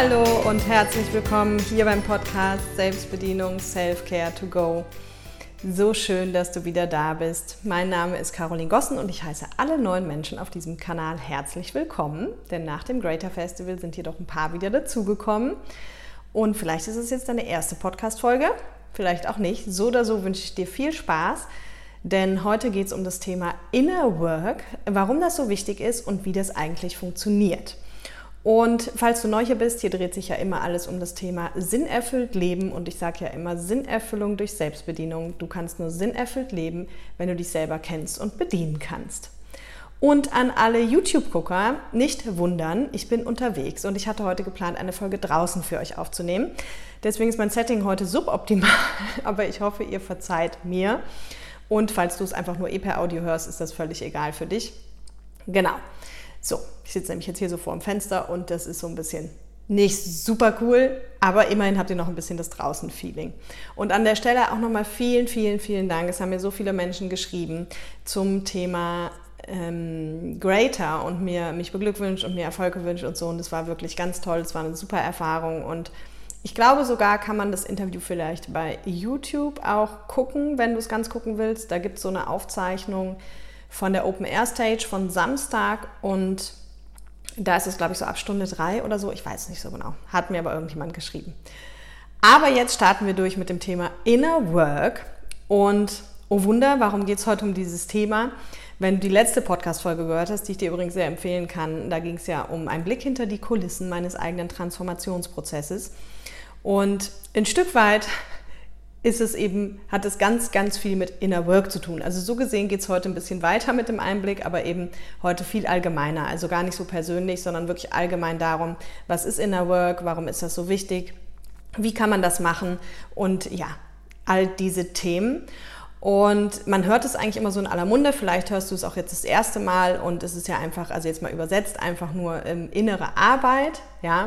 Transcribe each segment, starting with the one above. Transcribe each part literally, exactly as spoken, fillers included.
Hallo und herzlich willkommen hier beim Podcast Selbstbedienung Self-Care to Go. So schön, dass du wieder da bist. Mein Name ist Caroline Gossen und ich heiße alle neuen Menschen auf diesem Kanal herzlich willkommen, denn nach dem Greater Festival sind hier doch ein paar wieder dazugekommen. Und vielleicht ist es jetzt deine erste Podcast-Folge, vielleicht auch nicht. So oder so wünsche ich dir viel Spaß, denn heute geht es um das Thema Inner Work, warum das so wichtig ist und wie das eigentlich funktioniert. Und falls du neu hier bist, hier dreht sich ja immer alles um das Thema sinnerfüllt leben und ich sage ja immer Sinnerfüllung durch Selbstbedienung. Du kannst nur sinnerfüllt leben, wenn du dich selber kennst und bedienen kannst. Und an alle YouTube-Gucker, nicht wundern, ich bin unterwegs und ich hatte heute geplant, eine Folge draußen für euch aufzunehmen. Deswegen ist mein Setting heute suboptimal, aber ich hoffe, ihr verzeiht mir. Und falls du es einfach nur eh per Audio hörst, ist das völlig egal für dich. Genau. So, ich sitze nämlich jetzt hier so vor dem Fenster und das ist so ein bisschen nicht super cool, aber immerhin habt ihr noch ein bisschen das Draußen-Feeling. Und an der Stelle auch nochmal vielen, vielen, vielen Dank. Es haben mir so viele Menschen geschrieben zum Thema ähm, Greater und mir, mich beglückwünscht und mir Erfolg gewünscht und so. Und das war wirklich ganz toll, es war eine super Erfahrung und ich glaube sogar, kann man das Interview vielleicht bei YouTube auch gucken, wenn du es ganz gucken willst. Da gibt es so eine Aufzeichnung von der Open Air Stage von Samstag und da ist es, glaube ich, so ab Stunde drei oder so, ich weiß nicht so genau, hat mir aber irgendjemand geschrieben. Aber jetzt starten wir durch mit dem Thema Inner Work und oh Wunder, warum geht es heute um dieses Thema? Wenn du die letzte Podcast-Folge gehört hast, die ich dir übrigens sehr empfehlen kann, da ging es ja um einen Blick hinter die Kulissen meines eigenen Transformationsprozesses und ein Stück weit ist es eben, hat es ganz, ganz viel mit Inner Work zu tun. Also so gesehen geht es heute ein bisschen weiter mit dem Einblick, aber eben heute viel allgemeiner. Also gar nicht so persönlich, sondern wirklich allgemein darum, was ist Inner Work, warum ist das so wichtig, wie kann man das machen und ja, all diese Themen. Und man hört es eigentlich immer so in aller Munde, vielleicht hörst du es auch jetzt das erste Mal und es ist ja einfach, also jetzt mal übersetzt, einfach nur ähm, innere Arbeit, ja,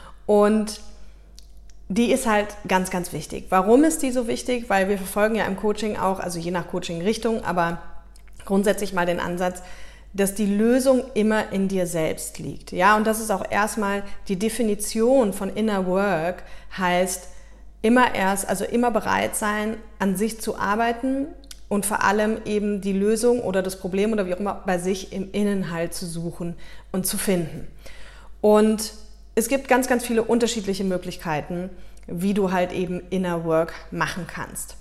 und die ist halt ganz, ganz wichtig. Warum ist die so wichtig? Weil wir verfolgen ja im Coaching auch, also je nach Coaching-Richtung, aber grundsätzlich mal den Ansatz, dass die Lösung immer in dir selbst liegt. Ja, und das ist auch erstmal die Definition von Inner Work, heißt immer erst, also immer bereit sein, an sich zu arbeiten und vor allem eben die Lösung oder das Problem oder wie auch immer bei sich im Innen halt zu suchen und zu finden. Und es gibt ganz, ganz viele unterschiedliche Möglichkeiten, wie du halt eben Inner Work machen kannst.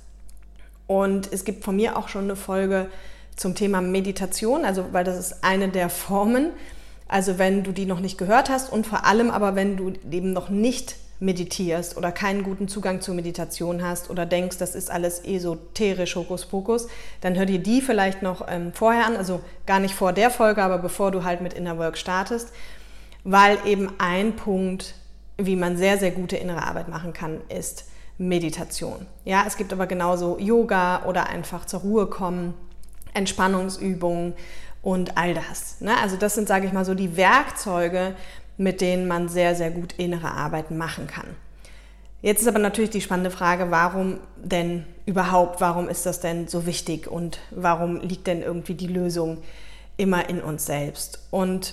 Und es gibt von mir auch schon eine Folge zum Thema Meditation, also weil das ist eine der Formen. Also wenn du die noch nicht gehört hast und vor allem aber wenn du eben noch nicht meditierst oder keinen guten Zugang zur Meditation hast oder denkst, das ist alles esoterisch, Hokuspokus, dann hör dir die vielleicht noch ähm, vorher an, also gar nicht vor der Folge, aber bevor du halt mit Inner Work startest. Weil eben ein Punkt, wie man sehr, sehr gute innere Arbeit machen kann, ist Meditation. Ja, es gibt aber genauso Yoga oder einfach zur Ruhe kommen, Entspannungsübungen und all das. Ne? Also das sind, sage ich mal, so die Werkzeuge, mit denen man sehr, sehr gut innere Arbeit machen kann. Jetzt ist aber natürlich die spannende Frage, warum denn überhaupt, warum ist das denn so wichtig und warum liegt denn irgendwie die Lösung immer in uns selbst? Und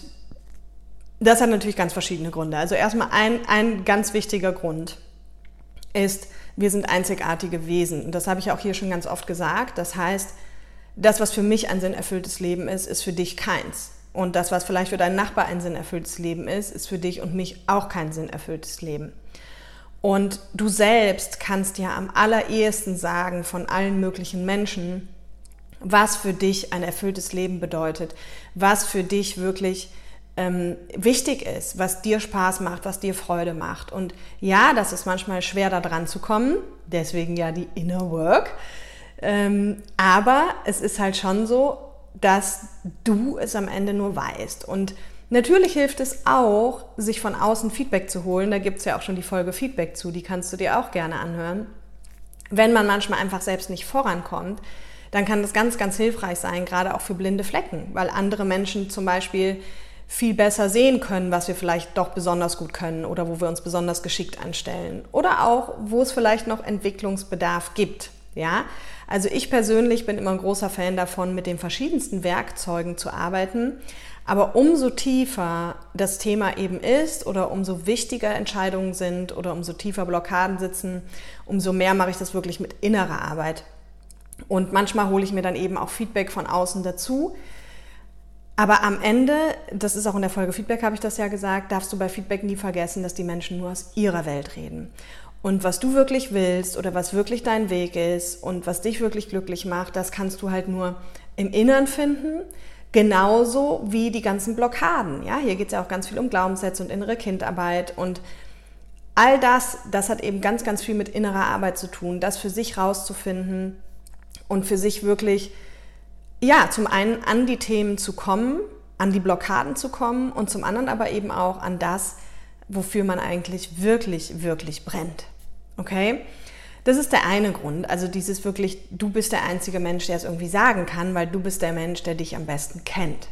das hat natürlich ganz verschiedene Gründe. Also erstmal ein, ein ganz wichtiger Grund ist, wir sind einzigartige Wesen. Und das habe ich auch hier schon ganz oft gesagt. Das heißt, das, was für mich ein sinnerfülltes Leben ist, ist für dich keins. Und das, was vielleicht für deinen Nachbar ein sinnerfülltes Leben ist, ist für dich und mich auch kein sinnerfülltes Leben. Und du selbst kannst ja am allerersten sagen von allen möglichen Menschen, was für dich ein erfülltes Leben bedeutet, was für dich wirklich Ähm, wichtig ist, was dir Spaß macht, was dir Freude macht. Und ja, das ist manchmal schwer, da dran zu kommen, deswegen ja die Inner Work. Ähm, aber es ist halt schon so, dass du es am Ende nur weißt. Und natürlich hilft es auch, sich von außen Feedback zu holen. Da gibt es ja auch schon die Folge Feedback zu, die kannst du dir auch gerne anhören. Wenn man manchmal einfach selbst nicht vorankommt, dann kann das ganz, ganz hilfreich sein, gerade auch für blinde Flecken, weil andere Menschen zum Beispiel viel besser sehen können, was wir vielleicht doch besonders gut können oder wo wir uns besonders geschickt anstellen oder auch, wo es vielleicht noch Entwicklungsbedarf gibt. Ja? Also ich persönlich bin immer ein großer Fan davon, mit den verschiedensten Werkzeugen zu arbeiten, Aber umso tiefer das Thema eben ist oder umso wichtiger Entscheidungen sind oder umso tiefer Blockaden sitzen, umso mehr mache ich das wirklich mit innerer Arbeit. Und manchmal hole ich mir dann eben auch Feedback von außen dazu. Aber am Ende, das ist auch in der Folge Feedback, habe ich das ja gesagt, darfst du bei Feedback nie vergessen, dass die Menschen nur aus ihrer Welt reden. Und was du wirklich willst oder was wirklich dein Weg ist und was dich wirklich glücklich macht, das kannst du halt nur im Inneren finden, genauso wie die ganzen Blockaden. Ja, hier geht es ja auch ganz viel um Glaubenssätze und innere Kindarbeit und all das, das hat eben ganz, ganz viel mit innerer Arbeit zu tun, das für sich rauszufinden und für sich wirklich, ja, zum einen an die Themen zu kommen, an die Blockaden zu kommen und zum anderen aber eben auch an das, wofür man eigentlich wirklich, wirklich brennt. Okay? Das ist der eine Grund, also dieses wirklich, du bist der einzige Mensch, der es irgendwie sagen kann, weil du bist der Mensch, der dich am besten kennt.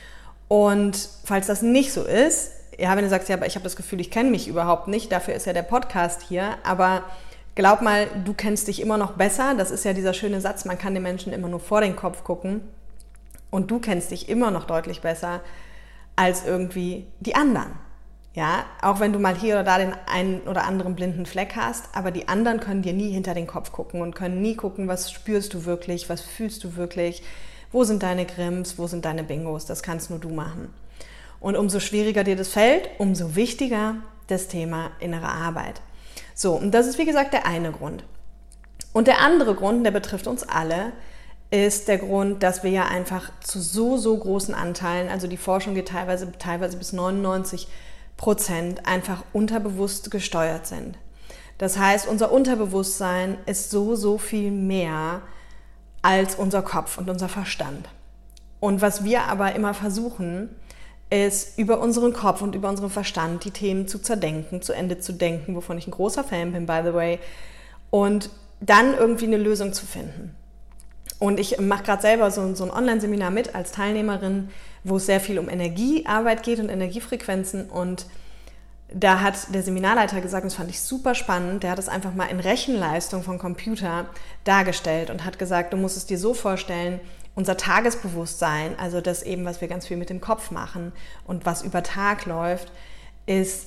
Und falls das nicht so ist, ja, wenn du sagst, ja, aber ich habe das Gefühl, ich kenne mich überhaupt nicht, dafür ist ja der Podcast hier, aber glaub mal, du kennst dich immer noch besser, das ist ja dieser schöne Satz, man kann den Menschen immer nur vor den Kopf gucken und du kennst dich immer noch deutlich besser als irgendwie die anderen. Ja, auch wenn du mal hier oder da den einen oder anderen blinden Fleck hast, aber die anderen können dir nie hinter den Kopf gucken und können nie gucken, was spürst du wirklich, was fühlst du wirklich, wo sind deine Grimms, wo sind deine Bingos, das kannst nur du machen. Und umso schwieriger dir das fällt, umso wichtiger das Thema innere Arbeit. So, und das ist wie gesagt der eine Grund. Und der andere Grund, der betrifft uns alle, ist der Grund, dass wir ja einfach zu so, so großen Anteilen, also die Forschung geht teilweise, teilweise bis neunundneunzig Prozent einfach unterbewusst gesteuert sind. Das heißt, unser Unterbewusstsein ist so, so viel mehr als unser Kopf und unser Verstand. Und was wir aber immer versuchen, ist über unseren Kopf und über unseren Verstand die Themen zu zerdenken, zu Ende zu denken, wovon ich ein großer Fan bin, by the way, und dann irgendwie eine Lösung zu finden. Und ich mache gerade selber so, so ein Online-Seminar mit als Teilnehmerin, wo es sehr viel um Energiearbeit geht und Energiefrequenzen. Und da hat der Seminarleiter gesagt, das fand ich super spannend, der hat es einfach mal in Rechenleistung vom Computer dargestellt und hat gesagt, du musst es dir so vorstellen, unser Tagesbewusstsein, also das eben, was wir ganz viel mit dem Kopf machen und was über Tag läuft, ist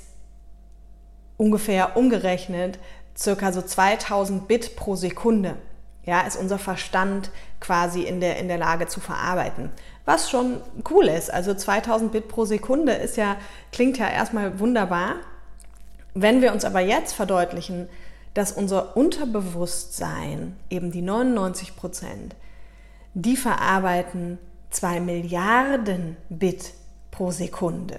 ungefähr umgerechnet circa so zweitausend Bit pro Sekunde. Ja, ist unser Verstand quasi in der, in der Lage zu verarbeiten. Was schon cool ist. Also zweitausend Bit pro Sekunde ist ja, klingt ja erstmal wunderbar. Wenn wir uns aber jetzt verdeutlichen, dass unser Unterbewusstsein, eben die neunundneunzig Prozent, die verarbeiten zwei Milliarden Bit pro Sekunde.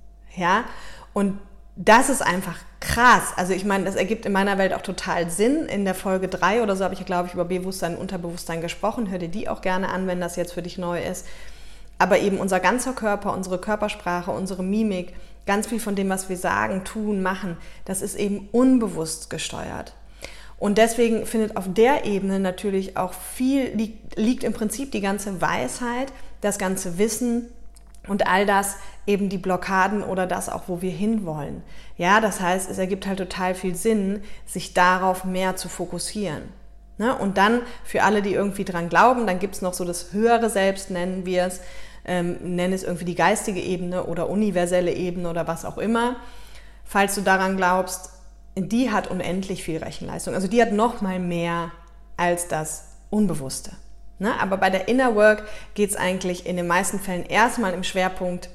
Ja, und das ist einfach krass. Also ich meine, das ergibt in meiner Welt auch total Sinn. In der Folge drei oder so habe ich, glaube ich, über Bewusstsein und Unterbewusstsein gesprochen. Hör dir die auch gerne an, wenn das jetzt für dich neu ist. Aber eben unser ganzer Körper, unsere Körpersprache, unsere Mimik, ganz viel von dem, was wir sagen, tun, machen, das ist eben unbewusst gesteuert. Und deswegen findet auf der Ebene natürlich auch viel, liegt, liegt im Prinzip die ganze Weisheit, das ganze Wissen und all das, eben die Blockaden oder das auch, wo wir hinwollen. Ja, das heißt, es ergibt halt total viel Sinn, sich darauf mehr zu fokussieren. Ne? Und dann für alle, die irgendwie dran glauben, dann gibt es noch so das höhere Selbst, nennen wir es, ähm, nennen es irgendwie die geistige Ebene oder universelle Ebene oder was auch immer. Falls du daran glaubst, die hat unendlich viel Rechenleistung. Also die hat noch mal mehr als das Unbewusste. Ne? Aber bei der Inner Work geht es eigentlich in den meisten Fällen erstmal im Schwerpunkt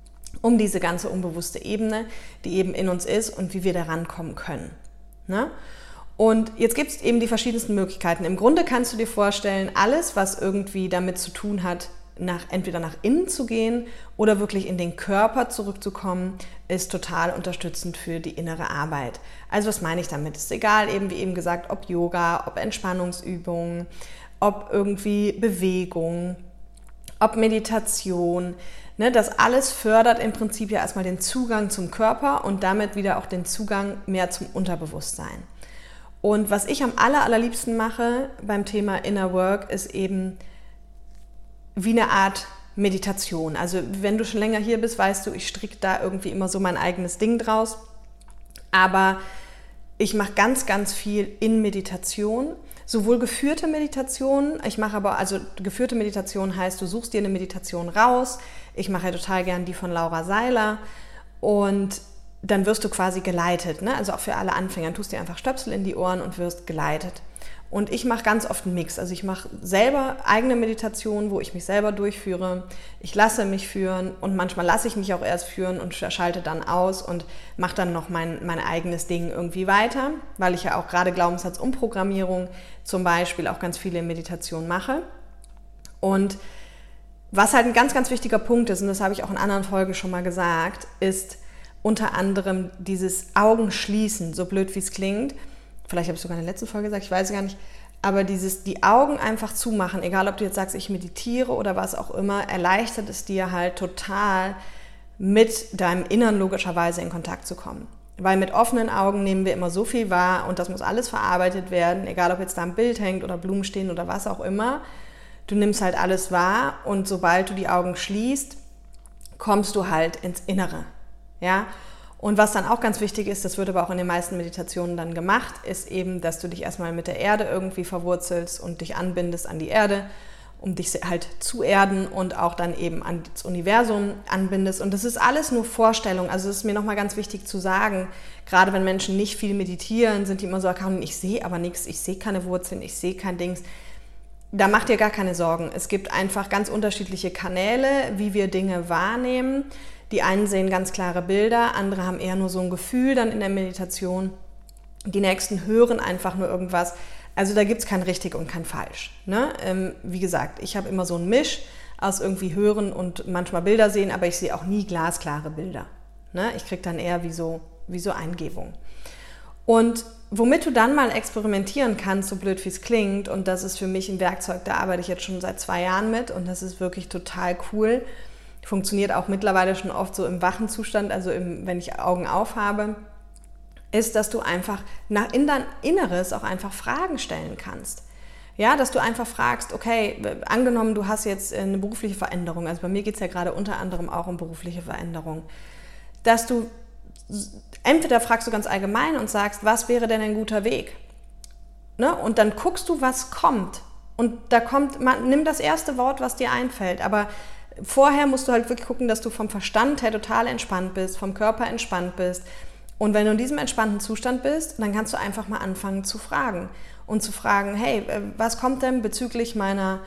um diese ganze unbewusste Ebene, die eben in uns ist und wie wir da rankommen können. Ne? Und jetzt gibt es eben die verschiedensten Möglichkeiten. Im Grunde kannst du dir vorstellen, alles, was irgendwie damit zu tun hat, nach, entweder nach innen zu gehen oder wirklich in den Körper zurückzukommen, ist total unterstützend für die innere Arbeit. Also was meine ich damit? Ist egal, eben wie eben gesagt, ob Yoga, ob Entspannungsübungen, ob irgendwie Bewegung, ob Meditation. Ne, das alles fördert im Prinzip ja erstmal den Zugang zum Körper und damit wieder auch den Zugang mehr zum Unterbewusstsein. Und was ich am aller, allerliebsten mache beim Thema Inner Work, ist eben wie eine Art Meditation. Also wenn du schon länger hier bist, weißt du, ich stricke da irgendwie immer so mein eigenes Ding draus. Aber ich mache ganz, ganz viel in Meditation. Sowohl geführte Meditation, ich mache aber, also geführte Meditation heißt, du suchst dir eine Meditation raus, Ich mache ja total gern die von Laura Seiler und dann wirst du quasi geleitet, ne? Also auch für alle Anfänger, tust dir einfach Stöpsel in die Ohren und wirst geleitet. Und ich mache ganz oft einen Mix. Also ich mache selber eigene Meditationen, wo ich mich selber durchführe. Ich lasse mich führen und manchmal lasse ich mich auch erst führen und schalte dann aus und mache dann noch mein, mein eigenes Ding irgendwie weiter, weil ich ja auch gerade Glaubenssatzumprogrammierung zum Beispiel auch ganz viele Meditationen mache. Und was halt ein ganz, ganz wichtiger Punkt ist, und das habe ich auch in anderen Folgen schon mal gesagt, ist unter anderem dieses Augenschließen, so blöd wie es klingt. Vielleicht habe ich sogar in der letzten Folge gesagt, ich weiß gar nicht, aber dieses die Augen einfach zumachen, egal ob du jetzt sagst, ich meditiere oder was auch immer, erleichtert es dir halt total, mit deinem Innern logischerweise in Kontakt zu kommen. Weil mit offenen Augen nehmen wir immer so viel wahr und das muss alles verarbeitet werden, egal ob jetzt da ein Bild hängt oder Blumen stehen oder was auch immer. Du nimmst halt alles wahr und sobald du die Augen schließt, kommst du halt ins Innere. Ja? Und was dann auch ganz wichtig ist, das wird aber auch in den meisten Meditationen dann gemacht, ist eben, dass du dich erstmal mit der Erde irgendwie verwurzelst und dich anbindest an die Erde, um dich halt zu erden und auch dann eben an das Universum anbindest. Und das ist alles nur Vorstellung. Also es ist mir nochmal ganz wichtig zu sagen, gerade wenn Menschen nicht viel meditieren, sind die immer so, ich sehe aber nichts, ich sehe keine Wurzeln, ich sehe kein Dings. Da mach dir gar keine Sorgen. Es gibt einfach ganz unterschiedliche Kanäle, wie wir Dinge wahrnehmen. Die einen sehen ganz klare Bilder, andere haben eher nur so ein Gefühl dann in der Meditation. Die nächsten hören einfach nur irgendwas. Also da gibt es kein richtig und kein falsch. Ne? Ähm, wie gesagt, ich habe immer so einen Misch aus irgendwie hören und manchmal Bilder sehen, aber ich sehe auch nie glasklare Bilder. Ne? Ich kriege dann eher wie so, wie so Eingebung. Und womit du dann mal experimentieren kannst, so blöd wie es klingt, und das ist für mich ein Werkzeug, da arbeite ich jetzt schon seit zwei Jahren mit und das ist wirklich total cool. Funktioniert auch mittlerweile schon oft so im wachen Zustand, also im, wenn ich Augen auf habe, ist, dass du einfach nach in dein Inneres auch einfach Fragen stellen kannst. Ja, dass du einfach fragst, okay, angenommen, du hast jetzt eine berufliche Veränderung, also bei mir geht es ja gerade unter anderem auch um berufliche Veränderung, dass du entweder fragst du ganz allgemein und sagst, was wäre denn ein guter Weg? Ne? Und dann guckst du, was kommt. Und da kommt, man, nimm das erste Wort, was dir einfällt, aber vorher musst du halt wirklich gucken, dass du vom Verstand her total entspannt bist, vom Körper entspannt bist. Und wenn du in diesem entspannten Zustand bist, dann kannst du einfach mal anfangen zu fragen. Und zu fragen, hey, was kommt denn bezüglich meiner,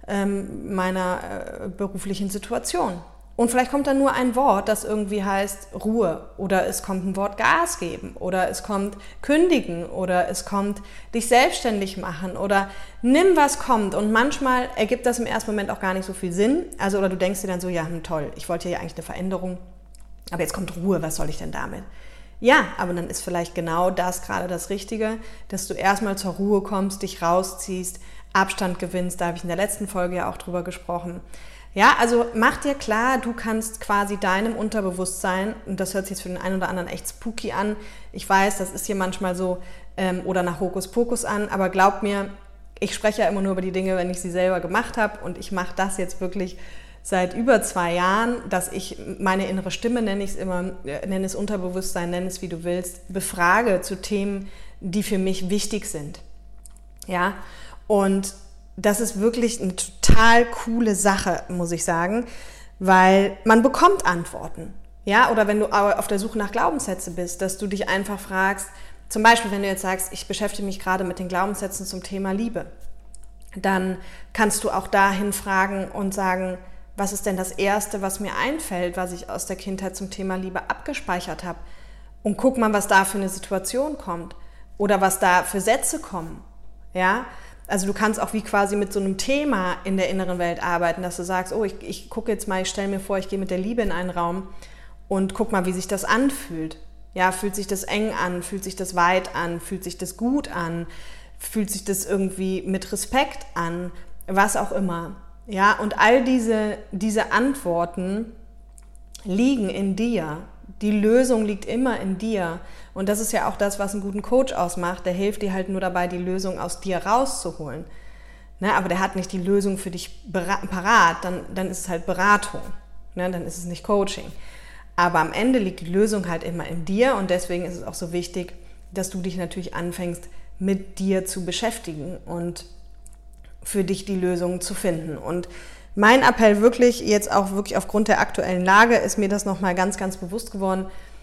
ähm, meiner äh, beruflichen Situation? Und vielleicht kommt dann nur ein Wort, das irgendwie heißt Ruhe. Oder es kommt ein Wort Gas geben. Oder es kommt kündigen. Oder es kommt dich selbstständig machen. Oder nimm, was kommt. Und manchmal ergibt das im ersten Moment auch gar nicht so viel Sinn. Also, oder du denkst dir dann so, ja, hm, toll, ich wollte ja eigentlich eine Veränderung. Aber jetzt kommt Ruhe, was soll ich denn damit? Ja, aber dann ist vielleicht genau das gerade das Richtige, dass du erstmal zur Ruhe kommst, dich rausziehst, Abstand gewinnst. Da habe ich in der letzten Folge ja auch drüber gesprochen. Ja, also mach dir klar, du kannst quasi deinem Unterbewusstsein, und das hört sich jetzt für den einen oder anderen echt spooky an, ich weiß, das ist hier manchmal so, ähm, oder nach Hokuspokus an, aber glaub mir, ich spreche ja immer nur über die Dinge, wenn ich sie selber gemacht habe, und ich mache das jetzt wirklich seit über zwei Jahren, dass ich meine innere Stimme, nenne ich es immer, nenne es Unterbewusstsein, nenne es wie du willst, befrage zu Themen, die für mich wichtig sind. Ja, und das ist wirklich eine total coole Sache, muss ich sagen, weil man bekommt Antworten. Ja, oder wenn du auf der Suche nach Glaubenssätzen bist, dass du dich einfach fragst, zum Beispiel, wenn du jetzt sagst, ich beschäftige mich gerade mit den Glaubenssätzen zum Thema Liebe, dann kannst du auch dahin fragen und sagen, was ist denn das Erste, was mir einfällt, was ich aus der Kindheit zum Thema Liebe abgespeichert habe? Und guck mal, was da für eine Situation kommt oder was da für Sätze kommen. Ja, also du kannst auch wie quasi mit so einem Thema in der inneren Welt arbeiten, dass du sagst, oh, ich, ich gucke jetzt mal, ich stelle mir vor, ich gehe mit der Liebe in einen Raum und guck mal, wie sich das anfühlt. Ja, fühlt sich das eng an, fühlt sich das weit an, fühlt sich das gut an, fühlt sich das irgendwie mit Respekt an, was auch immer. Ja, und all diese, diese Antworten liegen in dir. Die Lösung liegt immer in dir. Und das ist ja auch das, was einen guten Coach ausmacht. Der hilft dir halt nur dabei, die Lösung aus dir rauszuholen. Ne, aber der hat nicht die Lösung für dich parat, dann, dann ist es halt Beratung. Ne, dann ist es nicht Coaching. Aber am Ende liegt die Lösung halt immer in dir und deswegen ist es auch so wichtig, dass du dich natürlich anfängst, mit dir zu beschäftigen und für dich die Lösung zu finden. Und mein Appell wirklich, jetzt auch wirklich aufgrund der aktuellen Lage, ist mir das nochmal ganz, ganz bewusst geworden.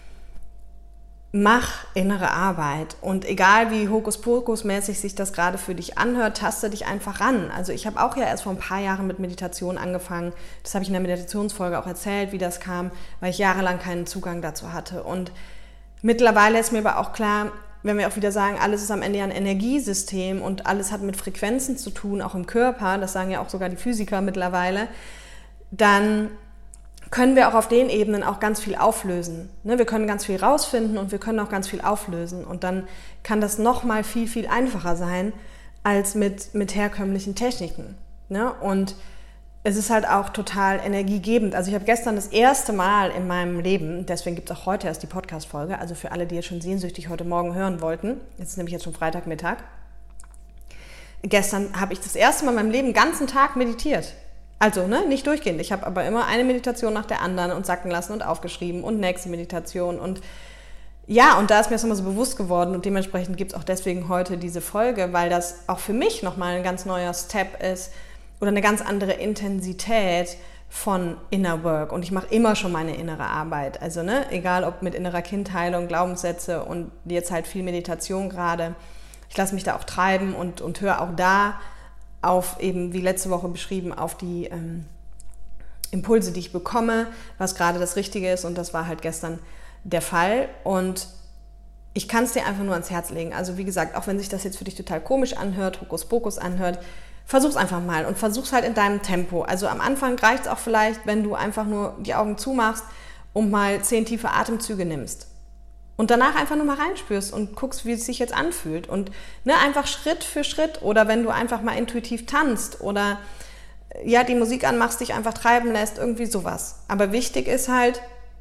Mach innere Arbeit und egal wie Hokuspokus-mäßig sich das gerade für dich anhört, taste dich einfach ran. Also ich habe auch ja erst vor ein paar Jahren mit Meditation angefangen. Das habe ich in der Meditationsfolge auch erzählt, wie das kam, weil ich jahrelang keinen Zugang dazu hatte. Und mittlerweile ist mir aber auch klar, wenn wir auch wieder sagen, alles ist am Ende ja ein Energiesystem und alles hat mit Frequenzen zu tun, auch im Körper, das sagen ja auch sogar die Physiker mittlerweile, dann können wir auch auf den Ebenen auch ganz viel auflösen. Wir können ganz viel rausfinden und wir können auch ganz viel auflösen. Und dann kann das nochmal viel, viel einfacher sein als mit, mit herkömmlichen Techniken. Und es ist halt auch total energiegebend. Also ich habe gestern das erste Mal in meinem Leben, deswegen gibt es auch heute erst die Podcast-Folge, also für alle, die jetzt schon sehnsüchtig heute Morgen hören wollten, jetzt ist nämlich jetzt schon Freitagmittag, gestern habe ich das erste Mal in meinem Leben den ganzen Tag meditiert. Also, ne, nicht durchgehend. Ich habe aber immer eine Meditation nach der anderen und sacken lassen und aufgeschrieben und nächste Meditation. Und ja, und da ist mir das nochmal so bewusst geworden und dementsprechend gibt es auch deswegen heute diese Folge, weil das auch für mich nochmal ein ganz neuer Step ist oder eine ganz andere Intensität von Inner Work. Und ich mache immer schon meine innere Arbeit. Also, ne, egal ob mit innerer Kindheilung, Glaubenssätze und jetzt halt viel Meditation gerade. Ich lasse mich da auch treiben und, und höre auch da auf eben, wie letzte Woche beschrieben, auf die ähm, Impulse, die ich bekomme, was gerade das Richtige ist und das war halt gestern der Fall und ich kann es dir einfach nur ans Herz legen. Also wie gesagt, auch wenn sich das jetzt für dich total komisch anhört, Hokuspokus anhört, versuch's einfach mal und versuch's halt in deinem Tempo. Also am Anfang reicht es auch vielleicht, wenn du einfach nur die Augen zumachst und mal zehn tiefe Atemzüge nimmst. Und danach einfach nur mal reinspürst und guckst, wie es sich jetzt anfühlt. Und ne, einfach Schritt für Schritt. Oder wenn du einfach mal intuitiv tanzt oder ja, die Musik anmachst, dich einfach treiben lässt, irgendwie sowas. Aber wichtig ist halt,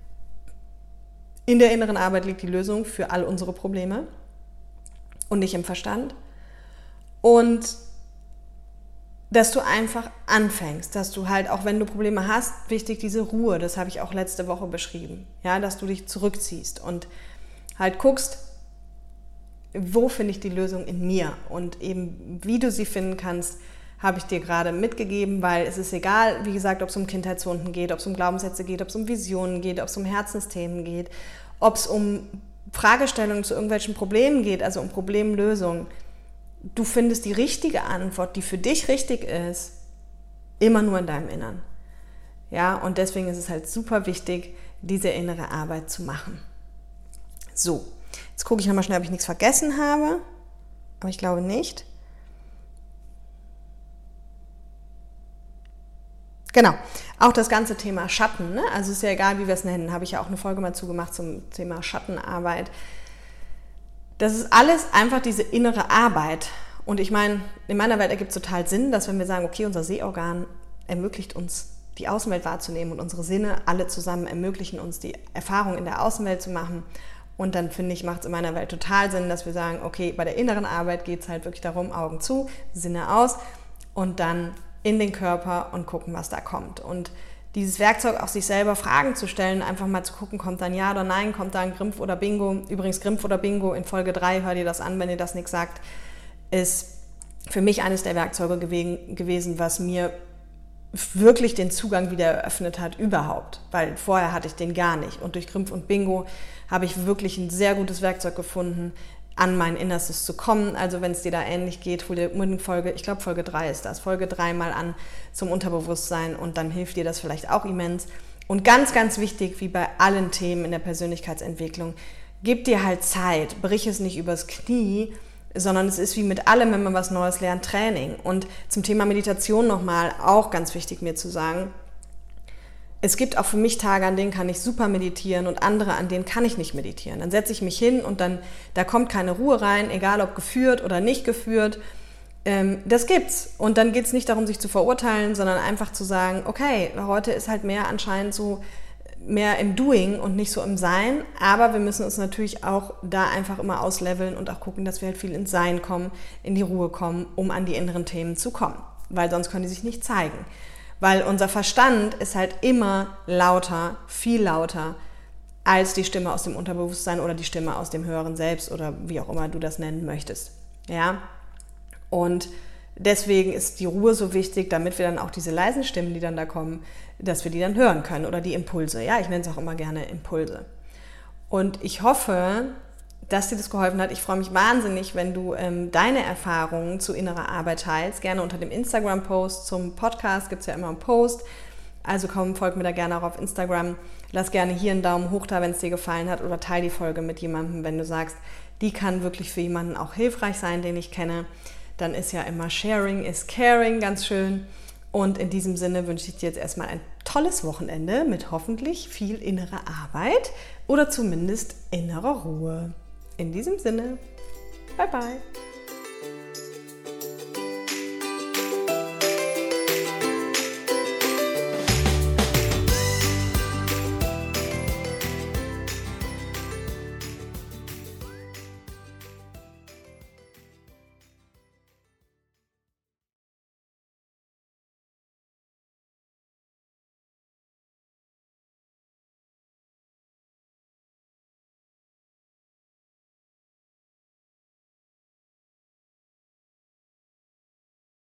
in der inneren Arbeit liegt die Lösung für all unsere Probleme und nicht im Verstand. Und dass du einfach anfängst, dass du halt, auch wenn du Probleme hast, wichtig diese Ruhe, das habe ich auch letzte Woche beschrieben, ja, dass du dich zurückziehst und halt guckst, wo finde ich die Lösung in mir und eben wie du sie finden kannst, habe ich dir gerade mitgegeben, weil es ist egal, wie gesagt, ob es um Kindheitswunden geht, ob es um Glaubenssätze geht, ob es um Visionen geht, ob es um Herzensthemen geht, ob es um Fragestellungen zu irgendwelchen Problemen geht, also um Problemlösungen. Du findest die richtige Antwort, die für dich richtig ist, immer nur in deinem Innern. Ja, und deswegen ist es halt super wichtig, diese innere Arbeit zu machen. So, jetzt gucke ich nochmal schnell, ob ich nichts vergessen habe, aber ich glaube nicht. Genau, auch das ganze Thema Schatten, ne? Also ist ja egal, wie wir es nennen, habe ich ja auch eine Folge mal zugemacht zum Thema Schattenarbeit. Das ist alles einfach diese innere Arbeit. Und ich meine, in meiner Welt ergibt es total Sinn, dass wenn wir sagen, okay, unser Sehorgan ermöglicht uns, die Außenwelt wahrzunehmen und unsere Sinne alle zusammen ermöglichen uns, die Erfahrung in der Außenwelt zu machen. Und dann, finde ich, macht es in meiner Welt total Sinn, dass wir sagen, okay, bei der inneren Arbeit geht es halt wirklich darum, Augen zu, Sinne aus und dann in den Körper und gucken, was da kommt. Und dieses Werkzeug, auch sich selber Fragen zu stellen, einfach mal zu gucken, kommt da ein Ja oder Nein, kommt da ein Grimpf oder Bingo. Übrigens, Grimpf oder Bingo in Folge drei, hör dir das an, wenn dir das nichts sagt, ist für mich eines der Werkzeuge gewesen, was mir wirklich den Zugang wieder eröffnet hat überhaupt, weil vorher hatte ich den gar nicht. Und durch Grimpf und Bingo habe ich wirklich ein sehr gutes Werkzeug gefunden, an mein Innerstes zu kommen. Also wenn es dir da ähnlich geht, hol dir unbedingt Folge, ich glaube Folge drei ist das, Folge drei mal an zum Unterbewusstsein und dann hilft dir das vielleicht auch immens. Und ganz, ganz wichtig, wie bei allen Themen in der Persönlichkeitsentwicklung, gib dir halt Zeit, brich es nicht übers Knie, sondern es ist wie mit allem, wenn man was Neues lernt, Training. Und zum Thema Meditation nochmal, auch ganz wichtig mir zu sagen, es gibt auch für mich Tage, an denen kann ich super meditieren und andere, an denen kann ich nicht meditieren. Dann setze ich mich hin und dann, da kommt keine Ruhe rein, egal ob geführt oder nicht geführt. Ähm, das gibt's. Und dann geht es nicht darum, sich zu verurteilen, sondern einfach zu sagen, okay, heute ist halt mehr anscheinend so mehr im Doing und nicht so im Sein, aber wir müssen uns natürlich auch da einfach immer ausleveln und auch gucken, dass wir halt viel ins Sein kommen, in die Ruhe kommen, um an die inneren Themen zu kommen, weil sonst können die sich nicht zeigen. Weil unser Verstand ist halt immer lauter, viel lauter als die Stimme aus dem Unterbewusstsein oder die Stimme aus dem höheren Selbst oder wie auch immer du das nennen möchtest. Ja? Und deswegen ist die Ruhe so wichtig, damit wir dann auch diese leisen Stimmen, die dann da kommen, dass wir die dann hören können oder die Impulse. Ja, ich nenne es auch immer gerne Impulse. Und ich hoffe, dass dir das geholfen hat. Ich freue mich wahnsinnig, wenn du ähm, deine Erfahrungen zu innerer Arbeit teilst. Gerne unter dem Instagram-Post zum Podcast gibt es ja immer einen Post. Also komm, folg mir da gerne auch auf Instagram. Lass gerne hier einen Daumen hoch da, wenn es dir gefallen hat, oder teile die Folge mit jemandem, wenn du sagst, die kann wirklich für jemanden auch hilfreich sein, den ich kenne. Dann ist ja immer Sharing is Caring, ganz schön. Und in diesem Sinne wünsche ich dir jetzt erstmal ein tolles Wochenende mit hoffentlich viel innerer Arbeit oder zumindest innerer Ruhe. In diesem Sinne, bye bye.